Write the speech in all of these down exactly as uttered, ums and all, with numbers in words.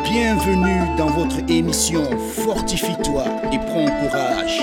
Bienvenue dans votre émission Fortifie-toi et prends courage.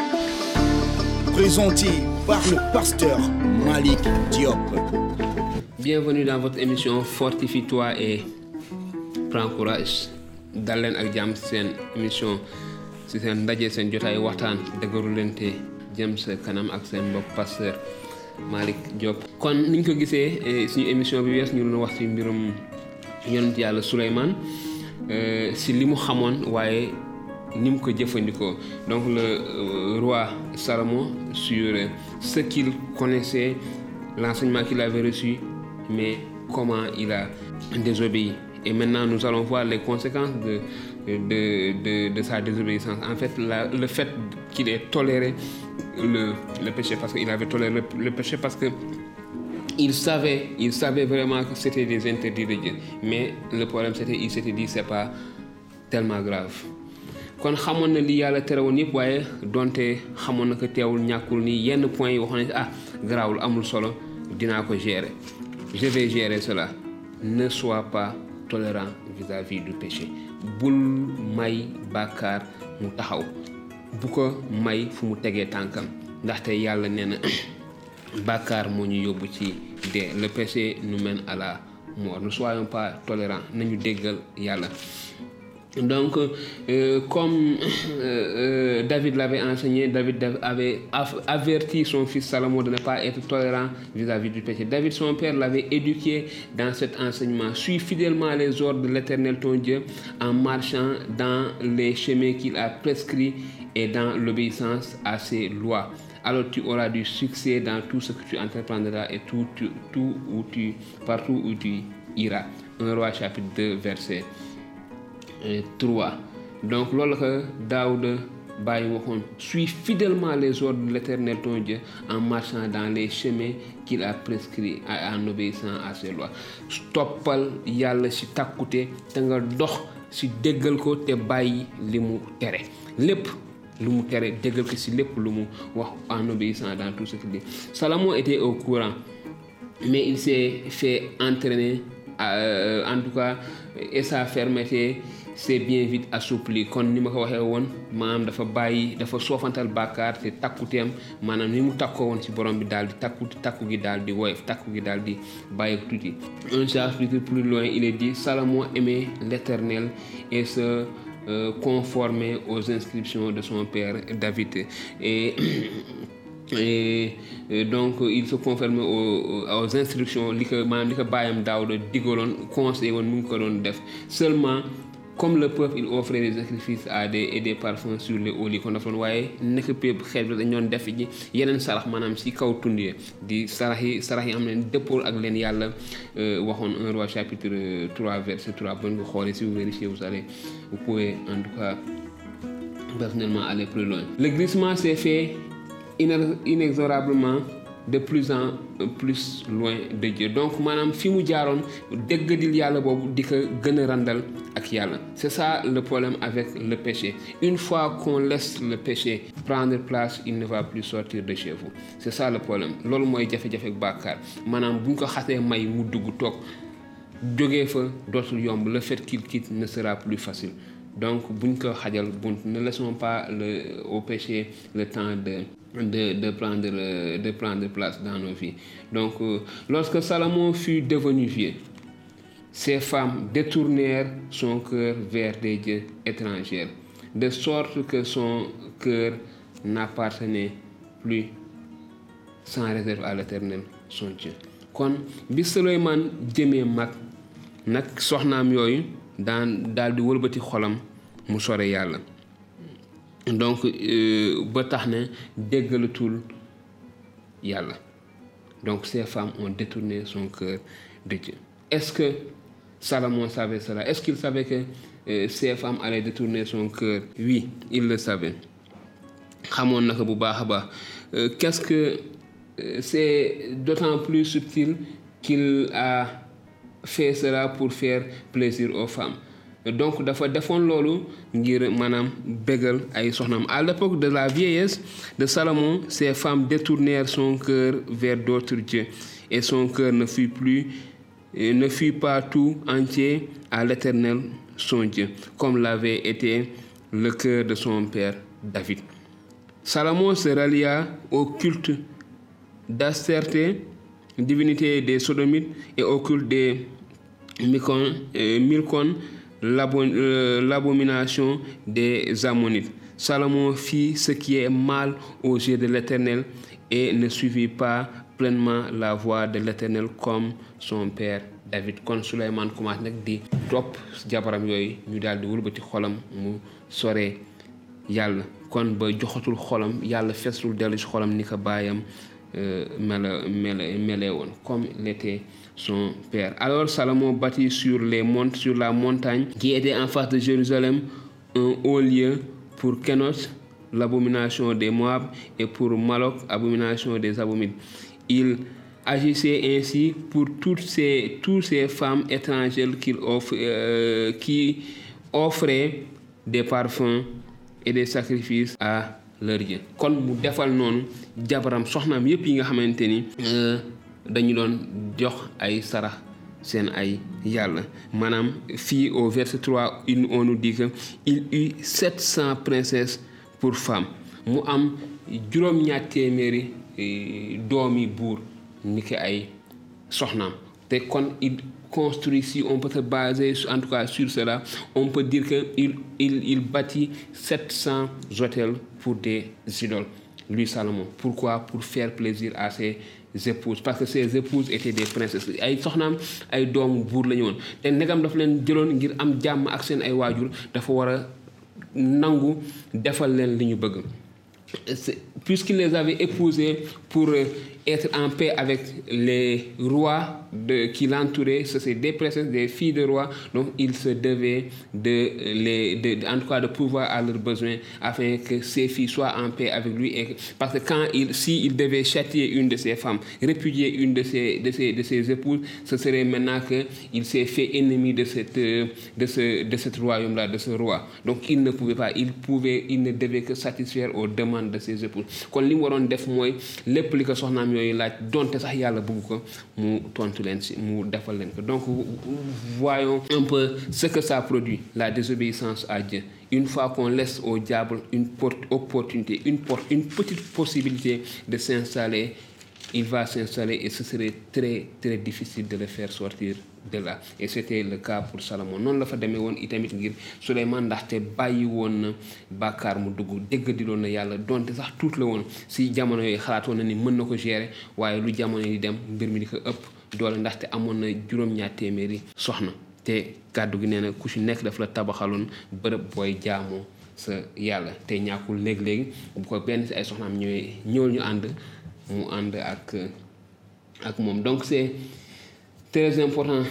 Présenté par le pasteur Malik Diop. Bienvenue dans votre émission Fortifie-toi et prends courage. dal leen ak jàmm seen émission si seen ndaje seen jotaay waxtaan dëgëru leen te jëm sa kanam ak seen mbokk pasteur Malik Diop. kon niñ ko gisee suñu émission bi wees ñu doon wax ci mbirum yonent yàlla Souleymane si li mu xamoon waaye ni mu ko jëfandikoo. donc le euh, roi Salomon sur euh, ce qu'il connaissait, l'enseignement qu'il avait reçu, mais comment il a désobéi. Et maintenant, nous allons voir les conséquences de, de, de, de sa désobéissance. En fait, la, le fait qu'il ait toléré le, le péché, parce qu'il avait toléré le, le péché, parce que il savait, il savait vraiment que c'était des interdits de Dieu. Mais le problème, c'était qu'il s'était dit, c'est pas tellement grave. kon xamoon na li yàlla tere woon yëpp waaye donte xamoon na ko teewul ñàkkul ni yenn point yi waxoon ne ah garaawul amul solo dinaa ko gérer je vais gérer cela. Ne sois pas tolérant vis-à-vis du péché. bul may bàkkaar mu taxaw bu ko may fu mu tegee tànkam ndaxte yàlla nee na bàkkaar moo ñu yóbbu ci dee. Le péché nous mène à la mort. Ne soyons pas tolérants nañu déggal yàlla. Donc, euh, comme euh, euh, David l'avait enseigné, David avait averti son fils Salomon de ne pas être tolérant vis-à-vis du péché. David, son père, l'avait éduqué dans cet enseignement. Suis fidèlement les ordres de l'Éternel ton Dieu en marchant dans les chemins qu'il a prescrits et dans l'obéissance à ses lois. Alors tu auras du succès dans tout ce que tu entreprendras et tout, tout, tout où tu, partout où tu iras. un Roi chapitre deux, verset trois. Donc loolu que Daoud bàyyi waxoon suis fidèlement les ordres de l'Éternel ton Dieu en marchant dans les chemins qu'il a prescrits et en obéissant à ses lois. toppal yàlla si takkute te nga dox si déggal ko te bàyyi li mu tere lépp lu mu tere déggal ko si lépp lu mu wax en obéissant dans tout ce qu'il dit. Salomon était au courant mais il s'est fait entraîner euh, en tout cas et sa fermeté c'est bien vite assoupli. kon ni ma ko waxee woon maanaam dafa bàyyi dafa soofantal bàkkaar te takkuteem maanaam ni mu takkoo woon ci borom bi daal di takku takku gi daal di woyof takku gi daal di bàyyi tuuti. un chapitre plus loin il est dit Salomon aimait l'Éternel et se euh, conformait aux inscriptions de son père David. et Et, et donc il se conforme aux, aux instructions li ko maanaam li ko bàyyam Daawuda digaloon conseillé woon mu ngi ko doon def. Seulement comme le peuple il offrait des sacrifices à des et des parfums sur les hauts lits kon dafa doon waaye nekk pépp xeet bi dañu doon def ji yeneen sarax maanaam si kaw tund yi di sarax yi sarax yi am leen dëppool ak leen yàlla waxoon. un Roi chapitre trois verset trois bon nga xoolee si vous vérifiez vous allez vous pouvez en tout cas personnellement aller plus loin. Le glissement s'est fait inexorablement de plus en plus loin de Dieu. Donc maanaam fi mu jaaroon déggadil yàlla boobu di ko gën a randal ak yàlla. C'est ça le problème avec le péché. Une fois qu'on laisse le péché prendre place, il ne va plus sortir de chez vous. C'est ça le problème. loolu mooy jafe-jafe ak bàkkaar maanaam bu ñu ko xasee may mu dugg toog jógee fa dootul yomb. Le fait qu'il quitte ne sera plus facile. Donc buñ ko xajal bunt ne laissons pas le au péché le temps de de de prendre de prendre place dans nos vies. Donc euh, lorsque Salomon fut devenu vieux, ses femmes détournèrent son cœur vers des dieux étrangers, de sorte que son cœur n'appartenait plus sans réserve à l'Éternel son Dieu. kon bi Souleymane jëmee mag nag soxnaam yooyu daan daal di wëlbati xolam mu sore yàlla. donc euh, ba tax ne déggalatul yàlla. donc ces femmes ont détourné son cœur de Dieu. Est-ce que Salomon savait cela? Est-ce qu'il savait que euh, ces femmes allaient détourner son cœur? Oui, il le savait. xamoon na ko bu baax a baax. Qu'est-ce que euh, c'est d'autant plus subtil qu'il a fait cela pour faire plaisir aux femmes. donc dafa defoon loolu ngir maanaam bégal ay soxnaam. À l'époque de la vieillesse de Salomon, ces femmes détournèrent son cœur vers d'autres dieux et son cœur ne fut plus ne fut pas tout entier à l'Éternel son Dieu, comme l'avait été le cœur de son père David. Salomon se rallia au culte d'Astarté, divinité des Sodomites, et au culte des Milcom, euh, Milcom l'abomination des Ammonites. Salomon fit ce qui est mal aux yeux de l'Éternel et ne suivit pas pleinement la voie de l'Éternel comme son père David. Kon Souleymane commencé nag di topp jabaram yooyu ñu daal di wëlbati xolam mu soree yàlla kon ba joxatul xolam yàlla fesul dellu ci xolam ni ko baayam mele mele mele woon comme l'était son père. Alors Salomon bâtit sur les monts sur la montagne qui était en face de Jérusalem un haut lieu pour Kenos, l'abomination des Moab, et pour Moloch, abomination des Ammonites. Il agissait ainsi pour toutes ces, toutes ces femmes étrangères qu'il offre, euh, qui offraient des parfums et des sacrifices à leur Dieu. Kon mu defal noonu jabaram soxnaam yépp yi nga xamante ni dañu doon jox ay sarax seen ay yàlla maanaam fii au verset trois on nous dit que il eut sept cents princesses pour femmes mu am juróom-ñaar téeméeri doomi buur ni ki ay soxnaam te kon il construit, si on peut se baser en tout cas sur cela, on peut dire qu'il il, il bâtit sept cents hôtels pour des idoles, lui Salomon. Pourquoi? Pour faire plaisir à ses épouses, parce que ses épouses étaient des princesses. Ay soxnaam ay doomu buur la ñu woon te ndegam dafa leen jëloon ngir am jàmm ak seen ay waajur dafa war a nangu defal leen li ñu bëgg. Puisqu'il les avait épousés pour être en paix avec les rois de, qui l'entouraient, c'est des princesses, des filles de rois, donc il se devait de les, de, de, en tout cas de pouvoir à leurs besoins afin que ces filles soient en paix avec lui. Et, parce que quand il, si il devait châtier une de ses femmes, répudier une de ses, de ses, de ses épouses, ce serait maintenant qu'il s'est fait ennemi de cette, de ce, de cette royaume-là, de ce roi. Donc il ne pouvait pas, il pouvait, il ne devait que satisfaire aux demandes de ses épouses. Kon li mu waroon def mooy lépp li ko soxnaam yooyu laaj donte sax yàlla bëgg ko mu tontu leen si mu defal leen ko. Donc voyons un peu ce que ça produit, la désobéissance à Dieu. Une fois qu'on laisse au diable une porte, opportunité, une porte, une petite possibilité de s'installer, il va s'installer et ce serait très très difficile de le faire sortir de là. Et c'était le cas pour Salomon. Non la fa demee woon itamit ngir Souleymane ndaxte bàyyi woon na bàkkaar mu dugg dégg di loon na yàlla donte sax tuut la woon si jamono yooyu xalaatoon na ni mën na ko gérer waaye lu jamono yi dem mbir mi di ko ëpp doole ndaxte amoon na juróom-ñaar téeméeri soxna te kàddu gi nee na ku ci nekk daf la tabaxaloon bërëb booy jaamoo sa yàlla te ñàkkul léeg-léegi bu ko benn si ay soxnaam ñëwee ñëwal ñu ànd mu ànd ak ak moom. Donc c'est très important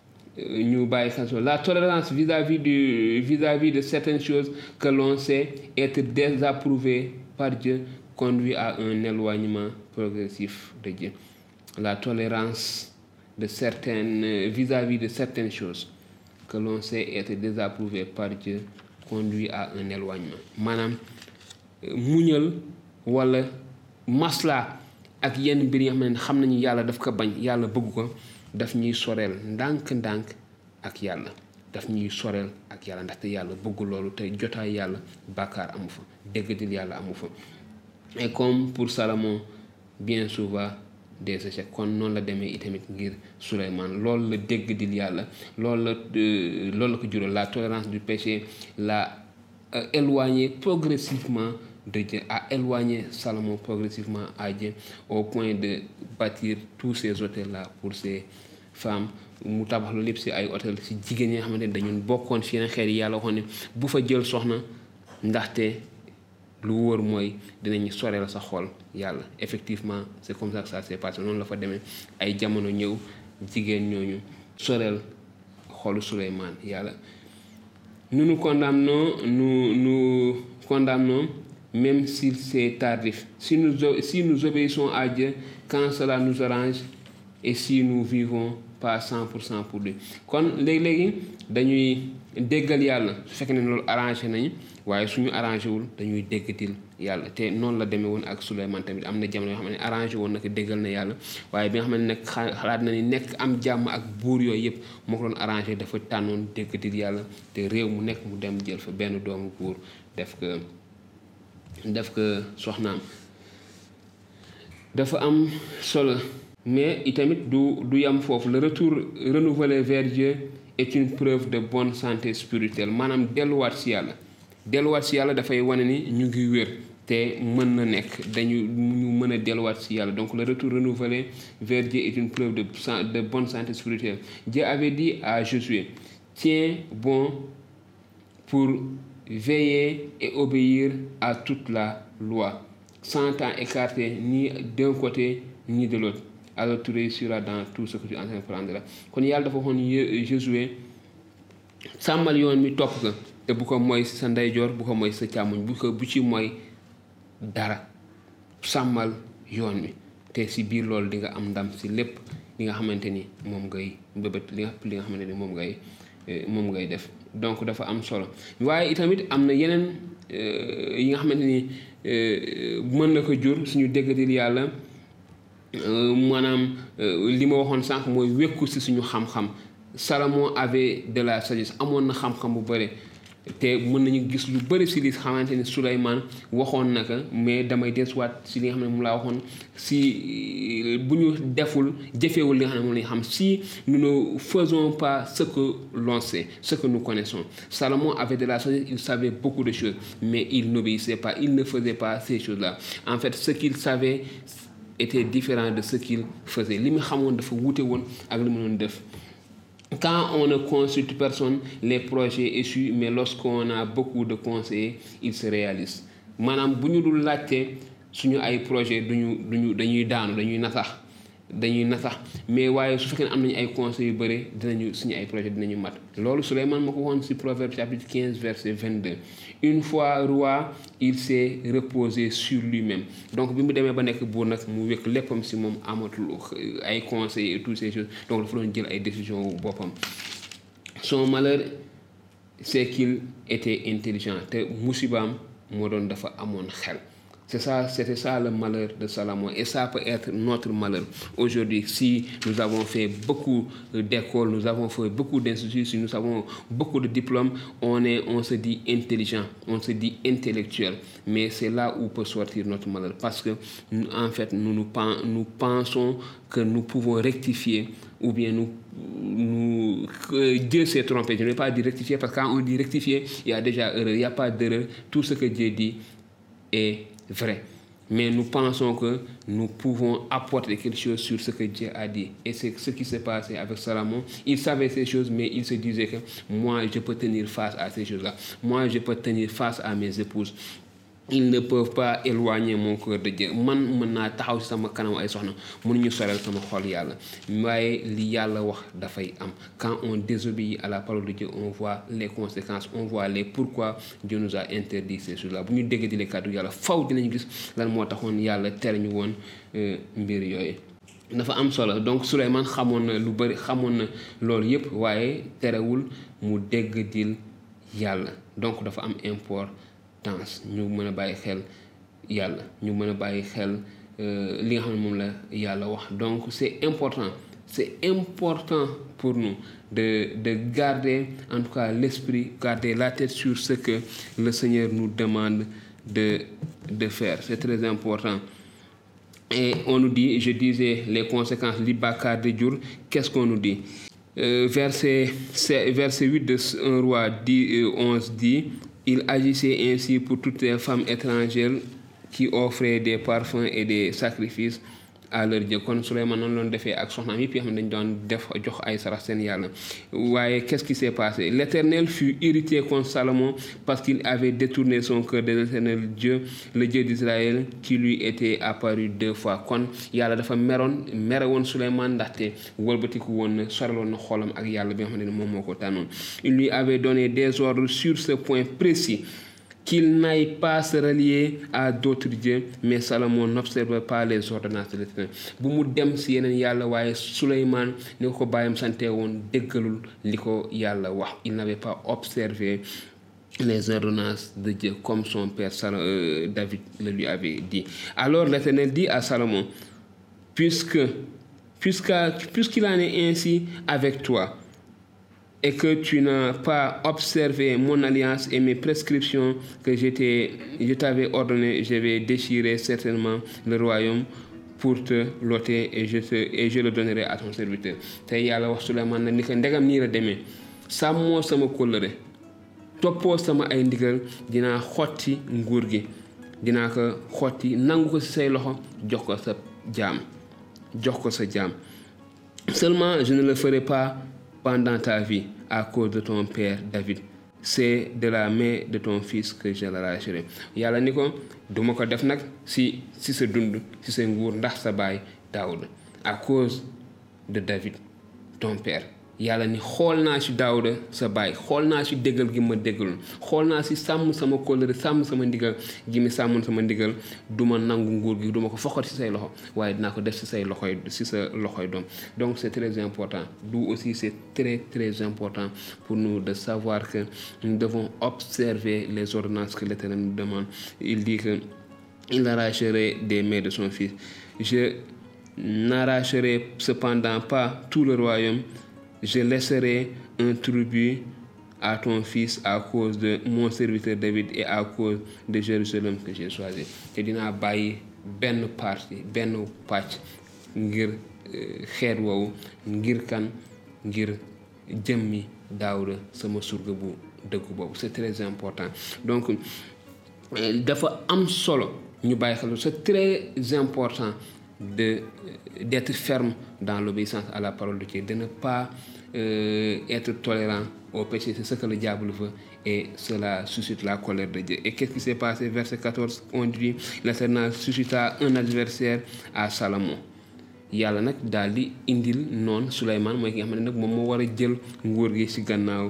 ñu bàyyi xel sur la tolérance vis-à-vis du vis-à-vis de certaines choses que l'on sait être désapprouvées par Dieu conduit à un éloignement progressif de Dieu. La tolérance de certaines vis-à-vis de certaines choses que l'on sait être désapprouvées par Dieu conduit à un éloignement. Maanaam muñal wala masla ak yenn mbir yi xam ne xam nañu yàlla daf ko bañ yàlla bëgg ko daf ñuy soreel ndànk-ndànk ak yàlla daf ñuy soreel ak yàlla ndaxte yàlla bëgg loolu te jotaay yàlla bàkkaar amu fa déggadil yàlla amu fa. Et comme pour Salomon bien souvent des échecs kon noonu la demee itamit ngir Souleymane loolu la déggadil yàlla loolu la loolu la ko jural la tolérance du péché l'a éloigné progressivement de Dieu, a éloigné Salomon progressivement à Dieu au point de bâtir tous ces hôtels-là pour ces femmes. Mu tabax lu lépp si ay hôtel si jigéen ñi nga xamante ne dañu bokkoon si yeneen xeet yi yàlla waxoon ne bu fa jël soxna ndaxte lu wóor mooy dinañu soreel sa xol yàlla. Effectivement c'est comme ça que ça s'est passé noonu la fa demee ay jamono ñëw jigéen ñooñu soreel xolu Souleymane yàlla. Nous nous condamnons, nous nous condamnons même si c'est tardif. Si nous, si nous obéissons à Dieu quand cela nous arrange et si nous vivons pas cent pour cent pour lui. Kon léegi-léegi dañuy déggal yàlla su fekkee ne loolu arrangé nañu waaye suñu arrangé wul dañuy déggatil yàlla te noonu la demee woon ak Souleymane tamit am na jamono yoo xam ne arrangé woon na ko déggal na yàlla waaye bi nga xam ne nag xalaat na ni nekk am jàmm ak buur yooyu yëpp moo ko doon arrangé dafa tànnoon déggatil yàlla te réew mu nekk mu dem jël fa benn doomu buur def ko def ko soxnaam dafa am solo mais itamit du du yam foofu le retour renouvelé vers Dieu est une preuve de bonne santé spirituelle maanaam delluwaat si yàlla delluwaat si yàlla dafay wane ni ñu ngi wér te mën na nekk dañu ñu mën a delluwaat si yàlla donc le retour renouvelé vers Dieu est une preuve de de bonne santé spirituelle. Dieu avait dit à Josué, tiens bon pour veiller et obéir à toute la loi sans t'en écarter ni d'un côté ni de l'autre, alors tu réussiras dans tout ce que tu entreprendras. Kon yàlla dafa waxoon Josué sàmmal yoon mi topp ko te bu ko mooy sa ndeyjoor bu ko mooy sa càmmoñ bu ko bu ci mooy dara sàmmal yoon mi te si biir loolu di nga am ndam si lépp li nga xamante ni moom ngay mbëbët li nga li nga xamante ni moom ngay moom ngay def donc dafa am solo waaye itamit am na yeneen yi nga xamante ni mën na ko jur suñu déggatil yàlla maanaam li ma waxoon sànq mooy wékku si suñu xam-xam. Salomon avait de la sagesse amoon na xam-xam bu bëri te mën nañu gis lu bëri si li xamante ni Souleymane waxoon na ko mais damay desuwaat si li nga xam ne moom laa waxoon si bu ñu deful jëfeewul li nga xam ne moom la ñu xam si nous ne faisons pas ce que l'on sait ce que nous connaissons. Salomon avait de la sagesse, il savait beaucoup de choses mais il n'obéissait pas, il ne faisait pas ces choses-là. En fait ce qu'il savait était différent de ce qu'il faisait. Li mu xamoon dafa wuute woon ak li mu doon def. Quand on ne consulte personne, les projets échouent, mais lorsqu'on a beaucoup de conseillers, ils se réalisent. Maanaam bu ñu dul laajte suñu ay projet duñu duñu dañuy daanu dañuy nasax dañuy nasax mais waaye su fekkee ne am nañu ay conseils yu bëri dinañu suñu ay projet dinañu mat loolu Souleymane ma ko waxoon ci Proverbe chapitre quinze verset vingt-deux. Une fois roi, il s'est reposé sur lui-même. Donc bi mu demee ba nekk buur nag mu wékk léppam ci moom amatul ay conseils et toutes ces choses donc dafa doon jël ay décisions boppam. Son malheur c'est qu'il était intelligent te musibaam moo doon dafa amoon xel. C'est ça, c'était ça le malheur de Salomon. Et ça peut être notre malheur. Aujourd'hui, si nous avons fait beaucoup d'écoles, nous avons fait beaucoup d'instituts, si nous avons beaucoup de diplômes, on, est, on se dit intelligent, on se dit intellectuel. Mais c'est là où peut sortir notre malheur. Parce que, en fait, nous, nous, nous pensons que nous pouvons rectifier ou bien nous, nous que Dieu s'est trompé. Je ne vais pas dire rectifier parce que quand on dit rectifier, il y a déjà erreur. Il n'y a pas d'erreur. Tout ce que Dieu dit est vrai. Mais nous pensons que nous pouvons apporter quelque chose sur ce que Dieu a dit. Et c'est ce qui s'est passé avec Salomon. Il savait ces choses, mais il se disait que moi, je peux tenir face à ces choses-là. Moi, je peux tenir face à mes épouses. Ils ne peuvent pas éloigner mon cœur de Dieu. Man mën naa taxaw ci sama kanam ay soxna mënuñu sorel sama xol yàlla waaye li yàlla wax dafay am. Quand on désobéit à la parole de Dieu, on voit les conséquences, on voit les pourquoi Dieu nous a interdit ces choses-là. Bu ñu dégg di le kàddu yàlla faw dinañu gis lan moo taxoon yàlla tere ñu woon mbir yooyu. Dafa am solo donc Souleymane xamoon na lu bëri xamoon na loolu yëpp waaye terewul mu dégg dil yàlla donc dafa am import ñu mën a bàyyi xel yàlla ñu mën a bàyyi xel li nga xam ne moom la yàlla wax donc c'est important c'est important pour nous de de garder en tout cas l'esprit, garder la tête sur ce que le Seigneur nous demande de de faire. C'est très important. Et on nous dit, je disais les conséquences li bàkkaar di jur. Qu'est-ce qu'on nous dit? Euh, verset verset huit de un roi onze dit, il agissait ainsi pour toutes les femmes étrangères qui offraient des parfums et des sacrifices à leur Dieu. Kon Souleymane noonu loon defee ak soxnaam yëpp yoo xam ne dañ doon def jox ay sarax seen yàlla. Waaye qu'est-ce qui s'est passé? L'Éternel fut irrité contre Salomon parce qu'il avait détourné son cœur de l'Éternel Dieu, le Dieu d'Israël, qui lui était apparu deux fois. Kon yàlla dafa meroon mere woon Souleymane ndaxte wëlbatiku woon na soraloon na xolam ak yàlla bi nga xam ne moom moo ko tànnoon. Il lui avait donné des ordres sur ce point précis. qu'il n'aille pas se relier à d'autres dieux, mais Salomon n'observe pas les ordonnances de l'Éternel. Bu mu dem si yeneen yàlla waaye Souleymane ni ko bàyyam sante woon déggalul li ko yàlla wax. Il n'avait pas observé les ordonnances de Dieu comme son père Salomon, euh, David le lui avait dit. Alors l'Éternel dit à Salomon, puisque puisqu'à, puisqu'il en est ainsi avec toi, et que tu n'as pas observé mon alliance et mes prescriptions que j'étais, je t'avais ordonné, je vais déchirer certainement le royaume pour te l'ôter et je, te, et je le donnerai à ton serviteur. te yàlla wax Souleymane na ni ko ndegam nii la demee sàmmoo sama kóllëre toppoo sama ay ndigal dinaa xotti nguur gi dinaa ko xotti nangu ko ci say loxo jox ko sa jaam jox ko sa jaam. Seulement je ne le ferai pas pendant ta vie à cause de ton père David. C'est de la main de ton fils que je l'arracherai. Yàlla ni ko duma ko def nag si si sa dund si sa nguur ndax sa baay Daoud à cause de David ton père. Yàlla ni xool naa ci Daouda sa baay xool naa ci déggal gi ma déggalul xool naa ci sàmm sama kóllëre sàmm sama ndigal gi mi sàmmoon sama ndigal duma nangu nguur gi duma ko foxat ci say loxo waaye dinaa ko def ci say loxoy ci sa loxoy doom. Donc c'est très important. D'où aussi c'est très très important pour nous de savoir que nous devons observer les ordonnances que l'Éternel nous demande. Il dit que il arracherait des mains de son fils. Je n'arracherai cependant pas tout le royaume. Je laisserai un tribut à ton fils à cause de mon serviteur David et à cause de Jérusalem que j'ai choisi. te dinaa bàyyi benn partie benn pàcc ngir xeet woowu ngir kan ngir jëmmi Daawuda sama surga bu dëggu boobu. C'est très important. Donc dafa am solo ñu bàyyi xel. C'est très important de d'être ferme dans l'obéissance à la parole de Dieu, de ne pas euh, être tolérant au péché. C'est ce que le diable veut et cela suscite la colère de Dieu. Et qu'est-ce qui s'est passé? Verset quatorze, on dit l'Éternel suscita un adversaire à Salomon. Yàlla nag daal di indil noonu Souleymane mooy ki nga xam ne nag moom moo war a jël nguur gi ci gannaaw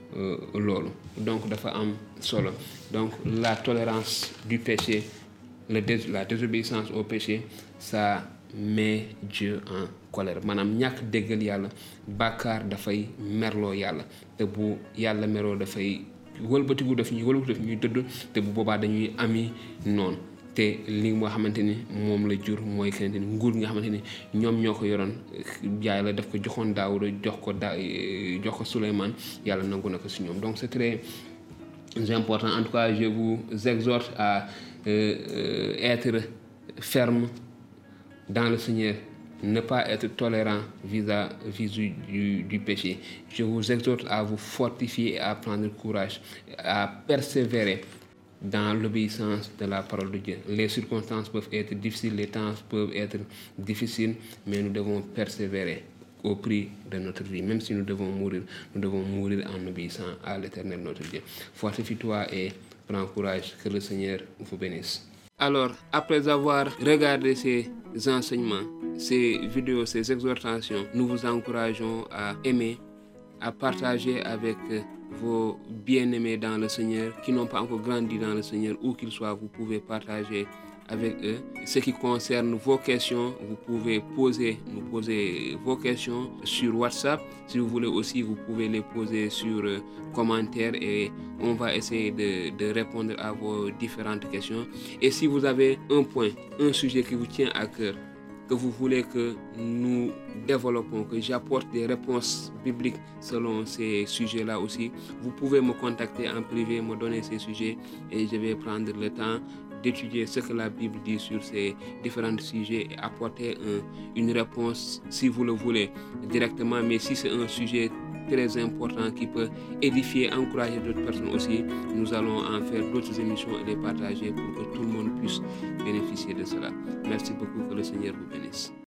loolu. Donc dafa am solo. Donc la tolérance du péché, le dés- la désobéissance au péché, ça met Dieu en colère. Maanaam ñàkk déggal yàlla bàkkaar dafay merloo yàlla te bu yàlla meroo dafay wëlbatiku daf ñuy wëlbatiku daf ñuy dëdd te bu boobaa dañuy ami noonu. te li nga xamante ni moom la jur mooy que ni nguur nga xamante ni ñoom ñoo ko yoroon yàlla daf ko joxoon Daawuda jox ko da jox ko Souleymane yàlla nangu na ko si ñoom. Donc c'est très important. En tout cas, je vous exhorte à euh, euh, être ferme dans le Seigneur, ne pas être tolérant vis-à-vis du, du péché. Je vous exhorte à vous fortifier et à prendre courage, à persévérer dans l'obéissance de la parole de Dieu. Les circonstances peuvent être difficiles, les temps peuvent être difficiles, mais nous devons persévérer au prix de notre vie. Même si nous devons mourir, nous devons mourir en obéissant à l'Éternel notre Dieu. Fortifie-toi et prends courage, que le Seigneur vous bénisse. Alors, après avoir regardé ces enseignements, ces vidéos, ces exhortations, nous vous encourageons à aimer, à partager avec vos bien-aimés dans le Seigneur qui n'ont pas encore grandi dans le Seigneur, où qu'ils soient, vous pouvez partager avec eux. Ce qui concerne vos questions, vous pouvez poser, nous poser vos questions sur WhatsApp. Si vous voulez aussi, vous pouvez les poser sur euh, commentaires et on va essayer de, de répondre à vos différentes questions. Et si vous avez un point, un sujet qui vous tient à cœur, que vous voulez que nous développons, que j'apporte des réponses bibliques selon ces sujets-là aussi, vous pouvez me contacter en privé, me donner ces sujets et je vais prendre le temps d'étudier ce que la Bible dit sur ces différents sujets et apporter un, une réponse si vous le voulez directement. Mais si c'est un sujet très important qui peut édifier, encourager d'autres personnes aussi, nous allons en faire d'autres émissions et les partager pour que tout le monde puisse bénéficier de cela. Merci beaucoup, que le Seigneur vous bénisse.